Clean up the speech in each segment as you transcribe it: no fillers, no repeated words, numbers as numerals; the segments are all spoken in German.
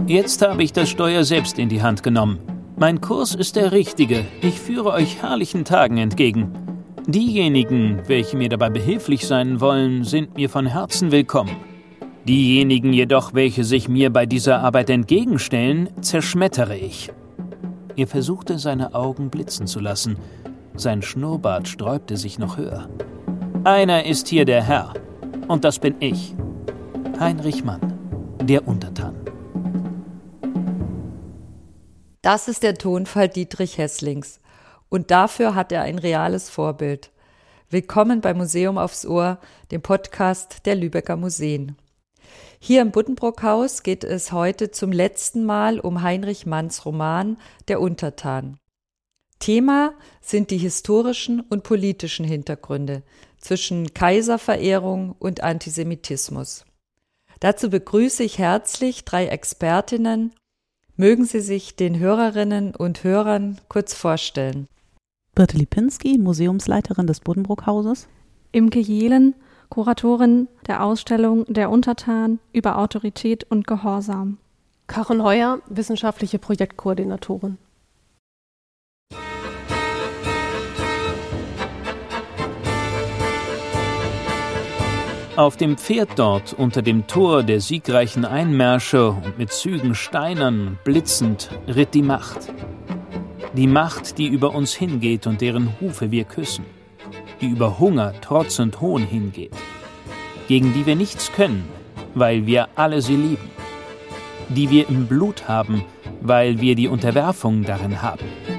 Jetzt habe ich das Steuer selbst in die Hand genommen. Mein Kurs ist der richtige. Ich führe euch herrlichen Tagen entgegen. Diejenigen, welche mir dabei behilflich sein wollen, sind mir von Herzen willkommen. Diejenigen jedoch, welche sich mir bei dieser Arbeit entgegenstellen, zerschmettere ich. Er versuchte, seine Augen blitzen zu lassen. Sein Schnurrbart sträubte sich noch höher. Einer ist hier der Herr, und das bin ich. Heinrich Mann, der Untertan. Das ist der Tonfall Dietrich Hässlings. Und dafür hat er ein reales Vorbild. Willkommen bei Museum aufs Ohr, dem Podcast der Lübecker Museen. Hier im Buddenbrook-Haus geht es heute zum letzten Mal um Heinrich Manns Roman Der Untertan. Thema sind die historischen und politischen Hintergründe zwischen Kaiserverehrung und Antisemitismus. Dazu begrüße ich herzlich 3 Expertinnen. Mögen Sie sich den Hörerinnen und Hörern kurz vorstellen. Birte Lipinski, Museumsleiterin des Buddenbrook-Hauses. Imke Jehlen, Kuratorin der Ausstellung Der Untertan über Autorität und Gehorsam. Karin Heuer, wissenschaftliche Projektkoordinatorin. Auf dem Pferd dort unter dem Tor der siegreichen Einmärsche und mit Zügen steinern, blitzend, ritt die Macht. Die Macht, die über uns hingeht und deren Hufe wir küssen. Die über Hunger, Trotz und Hohn hingeht. Gegen die wir nichts können, weil wir alle sie lieben. Die wir im Blut haben, weil wir die Unterwerfung darin haben.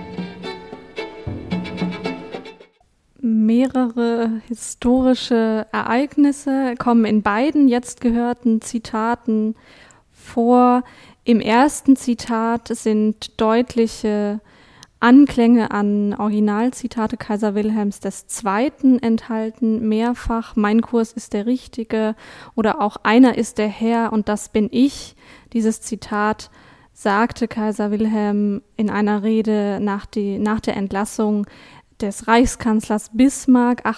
Mehrere historische Ereignisse kommen in beiden jetzt gehörten Zitaten vor. Im ersten Zitat sind deutliche Anklänge an Originalzitate Kaiser Wilhelms II. Enthalten, mehrfach. Mein Kurs ist der richtige oder auch einer ist der Herr und das bin ich. Dieses Zitat sagte Kaiser Wilhelm in einer Rede nach der Entlassung des Reichskanzlers Bismarck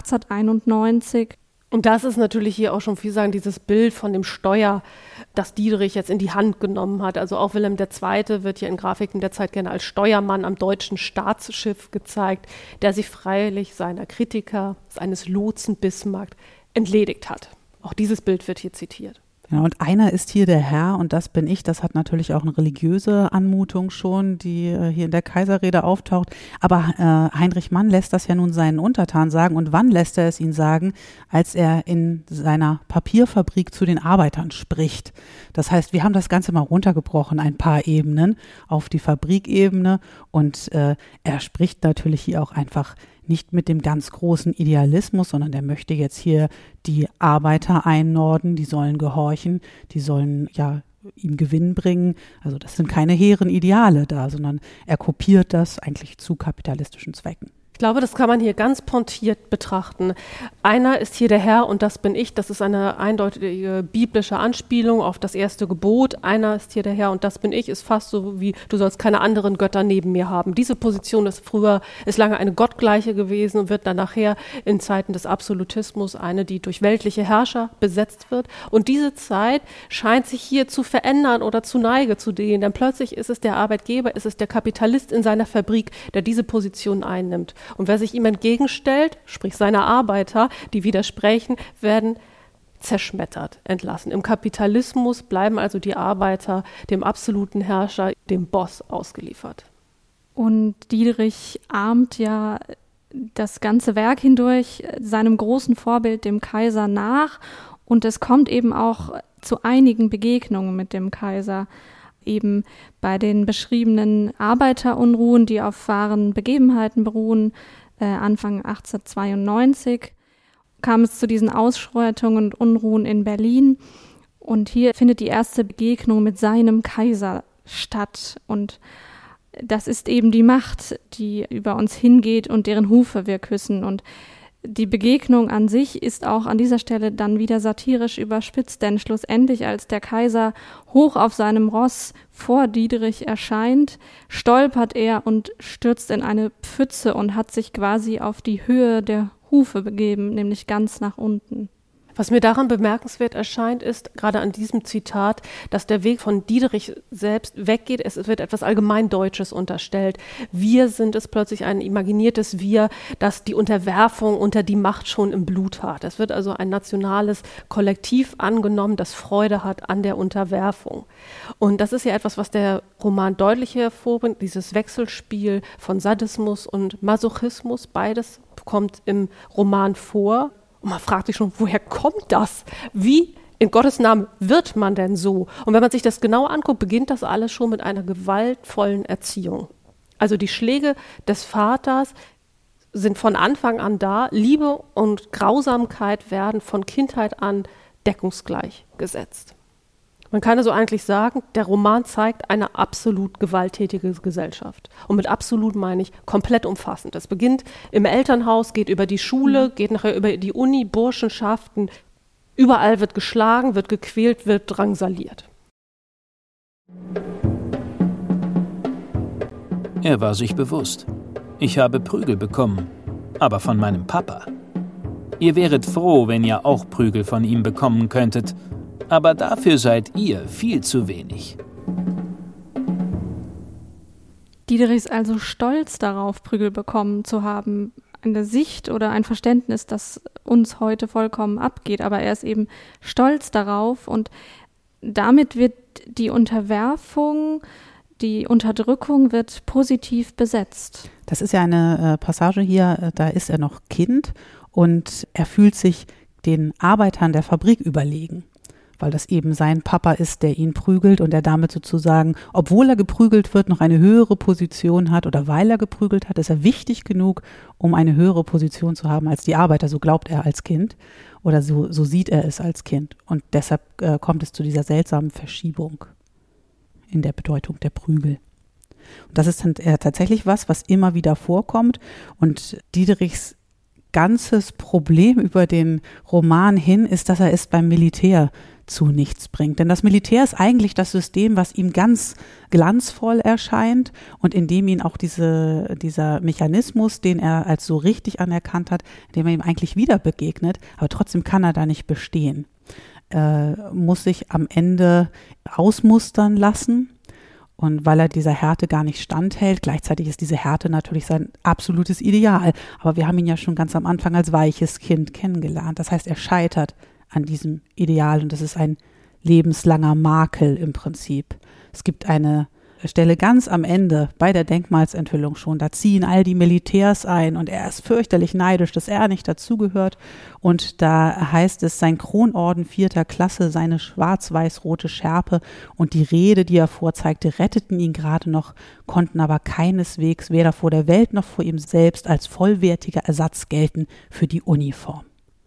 1891. Und das ist natürlich hier auch schon viel sagen, dieses Bild von dem Steuer, das Dietrich jetzt in die Hand genommen hat. Also auch Wilhelm II. Wird ja in Grafiken der Zeit gerne als Steuermann am deutschen Staatsschiff gezeigt, der sich freilich seiner Kritiker, seines Lotsen Bismarck, entledigt hat. Auch dieses Bild wird hier zitiert. Ja, und einer ist hier der Herr und das bin ich. Das hat natürlich auch eine religiöse Anmutung schon, die hier in der Kaiserrede auftaucht. Aber Heinrich Mann lässt das ja nun seinen Untertan sagen. Und wann lässt er es ihn sagen? Als er in seiner Papierfabrik zu den Arbeitern spricht. Das heißt, wir haben das Ganze mal runtergebrochen, ein paar Ebenen auf die Fabrikebene. Und er spricht natürlich hier auch einfach nicht mit dem ganz großen Idealismus, sondern der möchte jetzt hier die Arbeiter einnorden, die sollen gehorchen, die sollen ja ihm Gewinn bringen. Also das sind keine hehren Ideale da, sondern er kopiert das eigentlich zu kapitalistischen Zwecken. Ich glaube, das kann man hier ganz pointiert betrachten. Einer ist hier der Herr und das bin ich. Das ist eine eindeutige biblische Anspielung auf das erste Gebot. Einer ist hier der Herr und das bin ich, ist fast so wie, du sollst keine anderen Götter neben mir haben. Diese Position ist lange eine gottgleiche gewesen und wird dann nachher in Zeiten des Absolutismus eine, die durch weltliche Herrscher besetzt wird. Und diese Zeit scheint sich hier zu verändern oder zu Neige zu dehnen. Denn plötzlich ist es der Arbeitgeber, ist es der Kapitalist in seiner Fabrik, der diese Position einnimmt. Und wer sich ihm entgegenstellt, sprich seine Arbeiter, die widersprechen, werden zerschmettert, entlassen. Im Kapitalismus bleiben also die Arbeiter dem absoluten Herrscher, dem Boss, ausgeliefert. Und Dietrich ahmt ja das ganze Werk hindurch seinem großen Vorbild, dem Kaiser, nach. Und es kommt eben auch zu einigen Begegnungen mit dem Kaiser. Eben bei den beschriebenen Arbeiterunruhen, die auf wahren Begebenheiten beruhen, Anfang 1892, kam es zu diesen Ausschreitungen und Unruhen in Berlin. Und hier findet die erste Begegnung mit seinem Kaiser statt. Und das ist eben die Macht, die über uns hingeht und deren Hufe wir küssen. Und die Begegnung an sich ist auch an dieser Stelle dann wieder satirisch überspitzt, denn schlussendlich, als der Kaiser hoch auf seinem Ross vor Dietrich erscheint, stolpert er und stürzt in eine Pfütze und hat sich quasi auf die Höhe der Hufe begeben, nämlich ganz nach unten. Was mir daran bemerkenswert erscheint, ist gerade an diesem Zitat, dass der Weg von Diederich selbst weggeht. Es wird etwas Allgemeindeutsches unterstellt. Wir sind es plötzlich ein imaginiertes Wir, das die Unterwerfung unter die Macht schon im Blut hat. Es wird also ein nationales Kollektiv angenommen, das Freude hat an der Unterwerfung. Und das ist ja etwas, was der Roman deutlich hervorbringt, dieses Wechselspiel von Sadismus und Masochismus. Beides kommt im Roman vor. Und man fragt sich schon, woher kommt das? Wie in Gottes Namen wird man denn so? Und wenn man sich das genau anguckt, beginnt das alles schon mit einer gewaltvollen Erziehung. Also die Schläge des Vaters sind von Anfang an da. Liebe und Grausamkeit werden von Kindheit an deckungsgleich gesetzt. Man kann also eigentlich sagen, der Roman zeigt eine absolut gewalttätige Gesellschaft. Und mit absolut meine ich komplett umfassend. Es beginnt im Elternhaus, geht über die Schule, geht nachher über die Uni, Burschenschaften. Überall wird geschlagen, wird gequält, wird drangsaliert. Er war sich bewusst. Ich habe Prügel bekommen, aber von meinem Papa. Ihr wäret froh, wenn ihr auch Prügel von ihm bekommen könntet. Aber dafür seid ihr viel zu wenig. Diederich ist also stolz darauf, Prügel bekommen zu haben. Eine Sicht oder ein Verständnis, das uns heute vollkommen abgeht. Aber er ist eben stolz darauf und damit wird die Unterwerfung, die Unterdrückung wird positiv besetzt. Das ist ja eine Passage hier, da ist er noch Kind und er fühlt sich den Arbeitern der Fabrik überlegen, weil das eben sein Papa ist, der ihn prügelt und er damit sozusagen, obwohl er geprügelt wird, noch eine höhere Position hat oder weil er geprügelt hat, ist er wichtig genug, um eine höhere Position zu haben als die Arbeiter, so glaubt er als Kind oder so sieht er es als Kind und deshalb kommt es zu dieser seltsamen Verschiebung in der Bedeutung der Prügel. Und das ist dann tatsächlich was immer wieder vorkommt und Diederichs ganzes Problem über den Roman hin ist, dass er es beim Militär zu nichts bringt. Denn das Militär ist eigentlich das System, was ihm ganz glanzvoll erscheint und in dem ihn auch dieser Mechanismus, den er als so richtig anerkannt hat, dem er ihm eigentlich wieder begegnet, aber trotzdem kann er da nicht bestehen. Muss sich am Ende ausmustern lassen. Und weil er dieser Härte gar nicht standhält, gleichzeitig ist diese Härte natürlich sein absolutes Ideal. Aber wir haben ihn ja schon ganz am Anfang als weiches Kind kennengelernt. Das heißt, er scheitert an diesem Ideal und das ist ein lebenslanger Makel im Prinzip. Es gibt eine Stelle ganz am Ende bei der Denkmalsenthüllung schon, da ziehen all die Militärs ein und er ist fürchterlich neidisch, dass er nicht dazugehört und da heißt es, sein Kronorden 4. Klasse, seine schwarz-weiß-rote Schärpe und die Rede, die er vorzeigte, retteten ihn gerade noch, konnten aber keineswegs weder vor der Welt noch vor ihm selbst als vollwertiger Ersatz gelten für die Uniform.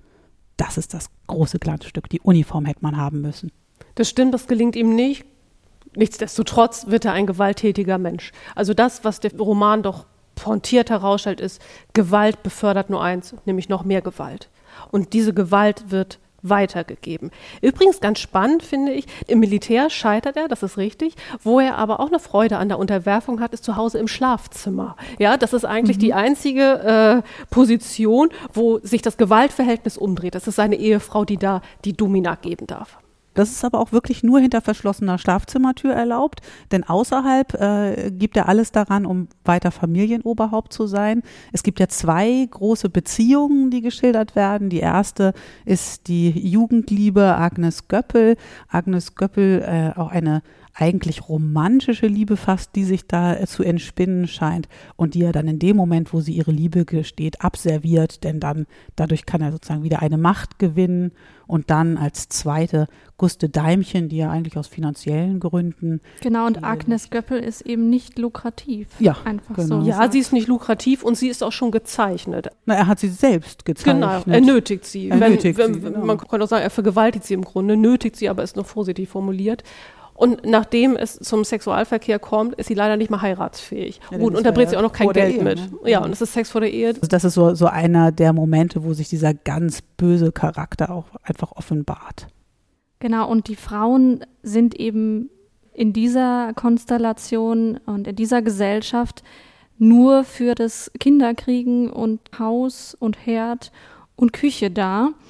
Das ist das große Glanzstück, die Uniform hätte man haben müssen. Das stimmt, das gelingt ihm nicht. Nichtsdestotrotz wird er ein gewalttätiger Mensch. Also das, was der Roman doch pointiert herausstellt, ist, Gewalt befördert nur eins, nämlich noch mehr Gewalt. Und diese Gewalt wird weitergegeben. Übrigens ganz spannend finde ich, im Militär scheitert er, das ist richtig, wo er aber auch eine Freude an der Unterwerfung hat, ist zu Hause im Schlafzimmer. Ja, das ist eigentlich die einzige Position, wo sich das Gewaltverhältnis umdreht. Das ist seine Ehefrau, die da die Domina geben darf. Das ist aber auch wirklich nur hinter verschlossener Schlafzimmertür erlaubt, denn außerhalb gibt er alles daran, um weiter Familienoberhaupt zu sein. Es gibt ja 2 große Beziehungen, die geschildert werden. Die erste ist die Jugendliebe Agnes Göppel. Agnes Göppel, auch eine eigentlich romantische Liebe fast, die sich da zu entspinnen scheint und die er dann in dem Moment, wo sie ihre Liebe gesteht, abserviert, denn dann dadurch kann er sozusagen wieder eine Macht gewinnen und dann als zweite Guste Daimchen, die er eigentlich aus finanziellen Gründen. Genau, und Agnes Göppel ist eben nicht lukrativ. Ja, einfach genau. so. Ja, sie ist nicht lukrativ und sie ist auch schon gezeichnet. Na, er hat sie selbst gezeichnet. Genau, er nötigt sie. Genau. Man könnte auch sagen, er vergewaltigt sie im Grunde, nötigt sie, aber ist noch vorsichtig formuliert. Und nachdem es zum Sexualverkehr kommt, ist sie leider nicht mehr heiratsfähig. Ja, gut, und da bringt sie auch noch kein Geld Ehe, mit. Ne? Ja, und es ist Sex vor der Ehe. Also das ist so einer der Momente, wo sich dieser ganz böse Charakter auch einfach offenbart. Genau, und die Frauen sind eben in dieser Konstellation und in dieser Gesellschaft nur für das Kinderkriegen und Haus und Herd und Küche da.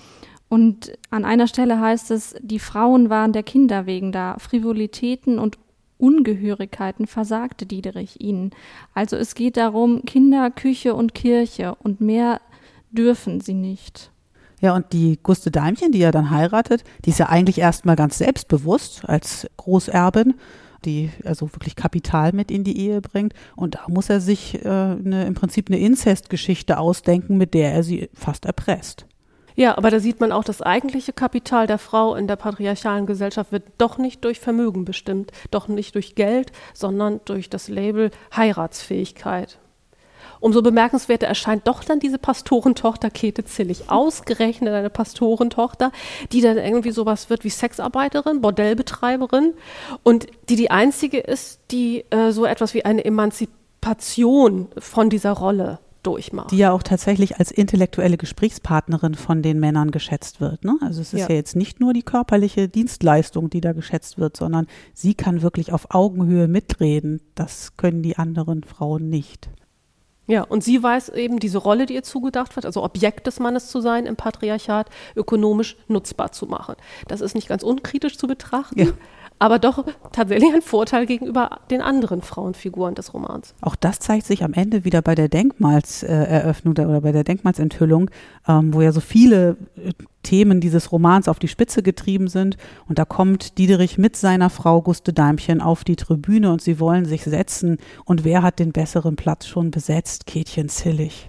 Und an einer Stelle heißt es, die Frauen waren der Kinder wegen da, Frivolitäten und Ungehörigkeiten versagte Diederich ihnen. Also es geht darum, Kinder, Küche und Kirche und mehr dürfen sie nicht. Ja, und die Guste Deimchen, die er dann heiratet, die ist ja eigentlich erstmal ganz selbstbewusst als Großerbin, die also wirklich Kapital mit in die Ehe bringt. Und da muss er sich im Prinzip eine Inzestgeschichte ausdenken, mit der er sie fast erpresst. Ja, aber da sieht man auch, das eigentliche Kapital der Frau in der patriarchalen Gesellschaft wird doch nicht durch Vermögen bestimmt, doch nicht durch Geld, sondern durch das Label Heiratsfähigkeit. Umso bemerkenswerter erscheint doch dann diese Pastorentochter Käthe Zillig, ausgerechnet eine Pastorentochter, die dann irgendwie sowas wird wie Sexarbeiterin, Bordellbetreiberin und die einzige ist, die so etwas wie eine Emanzipation von dieser Rolle durchmacht. Die ja auch tatsächlich als intellektuelle Gesprächspartnerin von den Männern geschätzt wird, ne? Also es ist ja jetzt nicht nur die körperliche Dienstleistung, die da geschätzt wird, sondern sie kann wirklich auf Augenhöhe mitreden. Das können die anderen Frauen nicht. Ja, und sie weiß eben diese Rolle, die ihr zugedacht wird, also Objekt des Mannes zu sein im Patriarchat, ökonomisch nutzbar zu machen. Das ist nicht ganz unkritisch zu betrachten, aber doch tatsächlich ein Vorteil gegenüber den anderen Frauenfiguren des Romans. Auch das zeigt sich am Ende wieder bei der Denkmalseröffnung oder bei der Denkmalsenthüllung, wo ja so viele Themen dieses Romans auf die Spitze getrieben sind. Und da kommt Diederich mit seiner Frau Guste Deimchen auf die Tribüne und sie wollen sich setzen. Und wer hat den besseren Platz schon besetzt? Käthchen Zillig.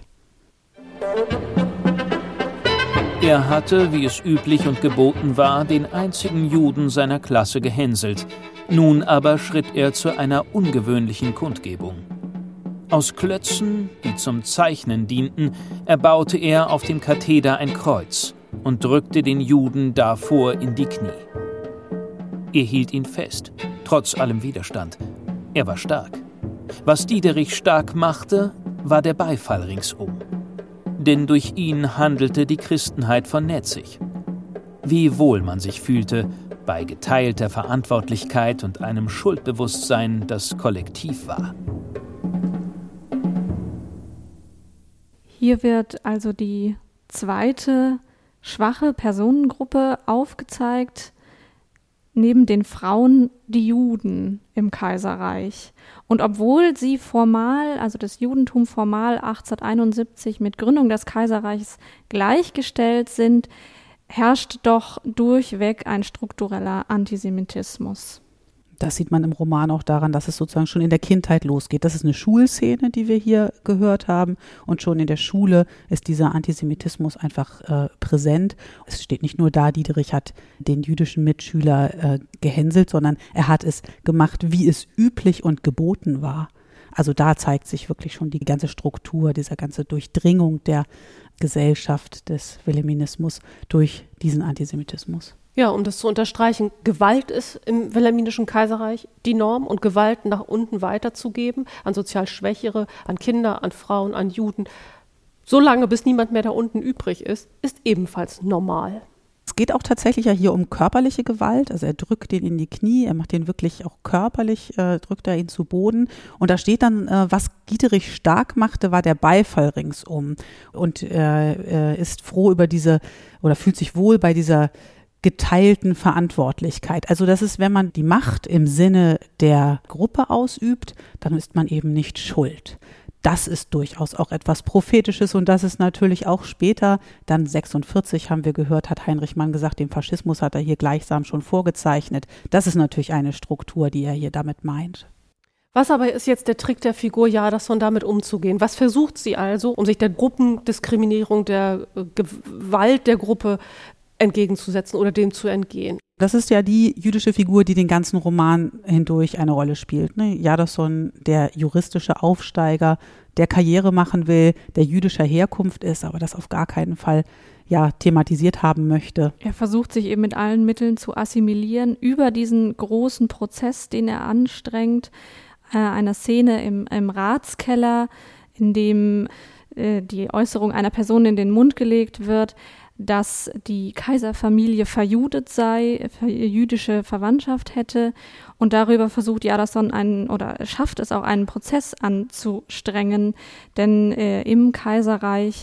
Er hatte, wie es üblich und geboten war, den einzigen Juden seiner Klasse gehänselt. Nun aber schritt er zu einer ungewöhnlichen Kundgebung. Aus Klötzen, die zum Zeichnen dienten, erbaute er auf dem Katheder ein Kreuz und drückte den Juden davor in die Knie. Er hielt ihn fest, trotz allem Widerstand. Er war stark. Was Diederich stark machte, war der Beifall ringsum. Denn durch ihn handelte die Christenheit von Netzig. Wie wohl man sich fühlte, bei geteilter Verantwortlichkeit und einem Schuldbewusstsein, das kollektiv war. Hier wird also die zweite schwache Personengruppe aufgezeigt, neben den Frauen die Juden im Kaiserreich. Und obwohl sie formal, also das Judentum formal 1871 mit Gründung des Kaiserreichs gleichgestellt sind, herrscht doch durchweg ein struktureller Antisemitismus. Das sieht man im Roman auch daran, dass es sozusagen schon in der Kindheit losgeht. Das ist eine Schulszene, die wir hier gehört haben. Und schon in der Schule ist dieser Antisemitismus einfach präsent. Es steht nicht nur da, Diederich hat den jüdischen Mitschüler gehänselt, sondern er hat es gemacht, wie es üblich und geboten war. Also da zeigt sich wirklich schon die ganze Struktur, diese ganze Durchdringung der Gesellschaft des Wilhelminismus durch diesen Antisemitismus. Ja, um das zu unterstreichen, Gewalt ist im Wilhelminischen Kaiserreich die Norm und Gewalt nach unten weiterzugeben an sozial Schwächere, an Kinder, an Frauen, an Juden, solange bis niemand mehr da unten übrig ist ebenfalls normal. Es geht auch tatsächlich ja hier um körperliche Gewalt, also er drückt ihn in die Knie, er macht den wirklich auch körperlich, drückt er ihn zu Boden und da steht dann, was Diederich stark machte, war der Beifall ringsum und er ist froh über diese oder fühlt sich wohl bei dieser geteilten Verantwortlichkeit. Also das ist, wenn man die Macht im Sinne der Gruppe ausübt, dann ist man eben nicht schuld. Das ist durchaus auch etwas Prophetisches und das ist natürlich auch später, dann 46 haben wir gehört, hat Heinrich Mann gesagt, den Faschismus hat er hier gleichsam schon vorgezeichnet. Das ist natürlich eine Struktur, die er hier damit meint. Was aber ist jetzt der Trick der Figur Jadassohn, damit umzugehen? Was versucht sie also, um sich der Gruppendiskriminierung, der Gewalt der Gruppe entgegenzusetzen oder dem zu entgehen? Das ist ja die jüdische Figur, die den ganzen Roman hindurch eine Rolle spielt. Ne? Jadassohn, der juristische Aufsteiger, der Karriere machen will, der jüdischer Herkunft ist, aber das auf gar keinen Fall thematisiert haben möchte. Er versucht sich eben mit allen Mitteln zu assimilieren über diesen großen Prozess, den er anstrengt, einer Szene im Ratskeller, in dem die Äußerung einer Person in den Mund gelegt wird, dass die Kaiserfamilie verjudet sei, jüdische Verwandtschaft hätte und darüber versucht Jadassohn schafft es auch einen Prozess anzustrengen, denn im Kaiserreich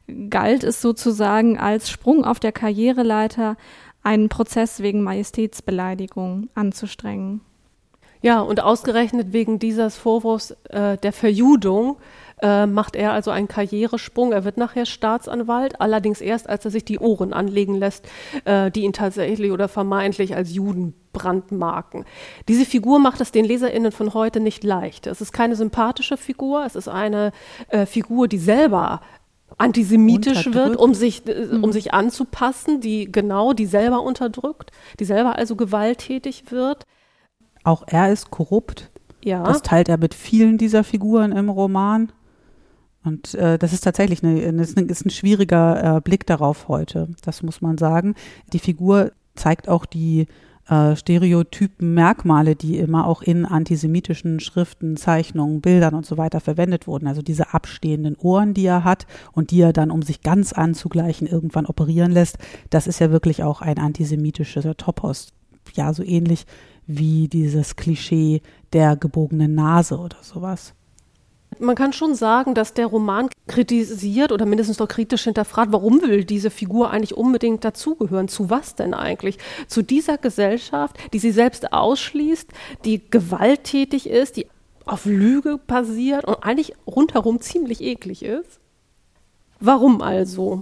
galt es sozusagen als Sprung auf der Karriereleiter, einen Prozess wegen Majestätsbeleidigung anzustrengen. Ja, und ausgerechnet wegen dieses Vorwurfs der Verjudung macht er also einen Karrieresprung. Er wird nachher Staatsanwalt, allerdings erst, als er sich die Ohren anlegen lässt, die ihn tatsächlich oder vermeintlich als Juden brandmarken. Diese Figur macht es den LeserInnen von heute nicht leicht. Es ist keine sympathische Figur, es ist eine Figur, die selber antisemitisch wird, um sich anzupassen, die selber unterdrückt, die selber also gewalttätig wird. Auch er ist korrupt. Ja. Das teilt er mit vielen dieser Figuren im Roman. Und das ist tatsächlich ist ein schwieriger Blick darauf heute, das muss man sagen. Die Figur zeigt auch die Stereotypen, Merkmale, die immer auch in antisemitischen Schriften, Zeichnungen, Bildern und so weiter verwendet wurden. Also diese abstehenden Ohren, die er hat und die er dann, um sich ganz anzugleichen, irgendwann operieren lässt, das ist ja wirklich auch ein antisemitischer Topos. Ja, so ähnlich wie dieses Klischee der gebogenen Nase oder sowas. Man kann schon sagen, dass der Roman kritisiert oder mindestens doch kritisch hinterfragt, warum will diese Figur eigentlich unbedingt dazugehören? Zu was denn eigentlich? Zu dieser Gesellschaft, die sie selbst ausschließt, die gewalttätig ist, die auf Lüge basiert und eigentlich rundherum ziemlich eklig ist? Warum also?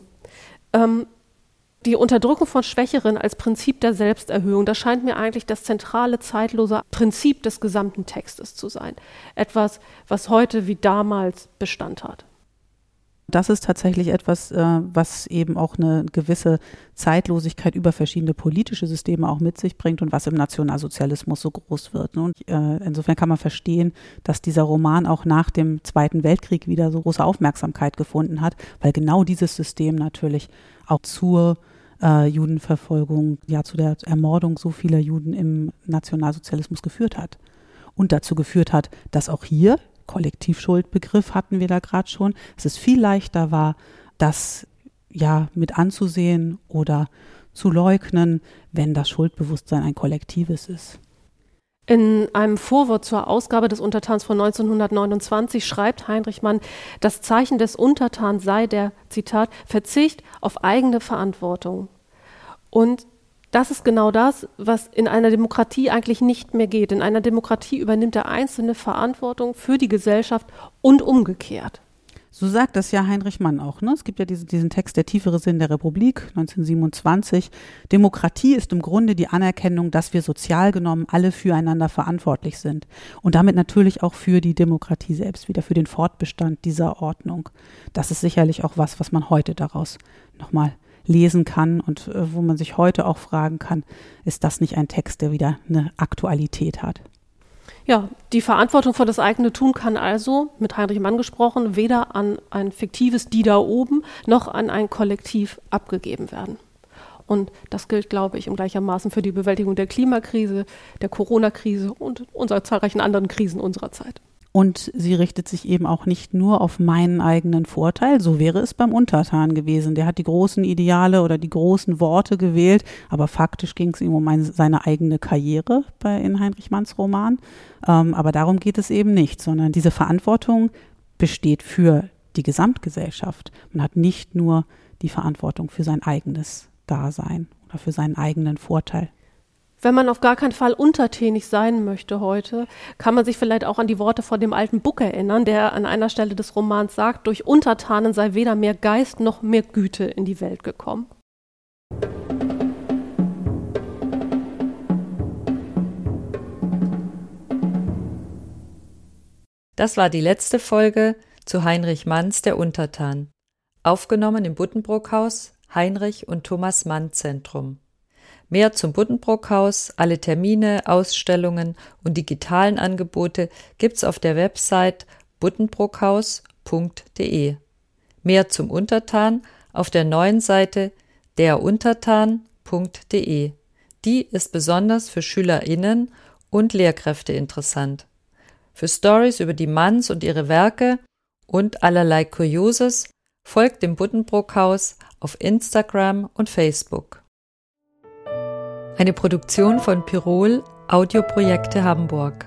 Die Unterdrückung von Schwächeren als Prinzip der Selbsterhöhung, das scheint mir eigentlich das zentrale, zeitlose Prinzip des gesamten Textes zu sein. Etwas, was heute wie damals Bestand hat. Das ist tatsächlich etwas, was eben auch eine gewisse Zeitlosigkeit über verschiedene politische Systeme auch mit sich bringt und was im Nationalsozialismus so groß wird. Und insofern kann man verstehen, dass dieser Roman auch nach dem Zweiten Weltkrieg wieder so große Aufmerksamkeit gefunden hat, weil genau dieses System natürlich auch zur Judenverfolgung, ja zu der Ermordung so vieler Juden im Nationalsozialismus geführt hat. Und dazu geführt hat, dass auch hier, Kollektivschuldbegriff hatten wir da gerade schon, dass es viel leichter war, das ja mit anzusehen oder zu leugnen, wenn das Schuldbewusstsein ein kollektives ist. In einem Vorwort zur Ausgabe des Untertans von 1929 schreibt Heinrich Mann, das Zeichen des Untertans sei der, Zitat, Verzicht auf eigene Verantwortung. Und das ist genau das, was in einer Demokratie eigentlich nicht mehr geht. In einer Demokratie übernimmt der Einzelne Verantwortung für die Gesellschaft und umgekehrt. So sagt das ja Heinrich Mann auch, ne? Es gibt ja diesen Text, der tiefere Sinn der Republik, 1927. Demokratie ist im Grunde die Anerkennung, dass wir sozial genommen alle füreinander verantwortlich sind. Und damit natürlich auch für die Demokratie selbst wieder, für den Fortbestand dieser Ordnung. Das ist sicherlich auch was man heute daraus nochmal lesen kann und wo man sich heute auch fragen kann, ist das nicht ein Text, der wieder eine Aktualität hat? Ja, die Verantwortung für das eigene Tun kann also, mit Heinrich Mann gesprochen, weder an ein fiktives Die da oben noch an ein Kollektiv abgegeben werden. Und das gilt, glaube ich, im gleichermaßen für die Bewältigung der Klimakrise, der Corona-Krise und unserer zahlreichen anderen Krisen unserer Zeit. Und sie richtet sich eben auch nicht nur auf meinen eigenen Vorteil, so wäre es beim Untertan gewesen. Der hat die großen Ideale oder die großen Worte gewählt, aber faktisch ging es ihm um seine eigene Karriere in Heinrich Manns Roman. Aber darum geht es eben nicht, sondern diese Verantwortung besteht für die Gesamtgesellschaft. Man hat nicht nur die Verantwortung für sein eigenes Dasein oder für seinen eigenen Vorteil. Wenn man auf gar keinen Fall untertänig sein möchte heute, kann man sich vielleicht auch an die Worte von dem alten Buck erinnern, der an einer Stelle des Romans sagt, durch Untertanen sei weder mehr Geist noch mehr Güte in die Welt gekommen. Das war die letzte Folge zu Heinrich Manns Der Untertan. Aufgenommen im Buddenbrook-Haus, Heinrich und Thomas Mann Zentrum. Mehr zum Buddenbrook-Haus, alle Termine, Ausstellungen und digitalen Angebote gibt's auf der Website buddenbrookhaus.de. Mehr zum Untertan auf der neuen Seite deruntertan.de. Die ist besonders für SchülerInnen und Lehrkräfte interessant. Für Stories über die Manns und ihre Werke und allerlei Kurioses folgt dem Buddenbrook-Haus auf Instagram und Facebook. Eine Produktion von Pirol Audioprojekte Hamburg.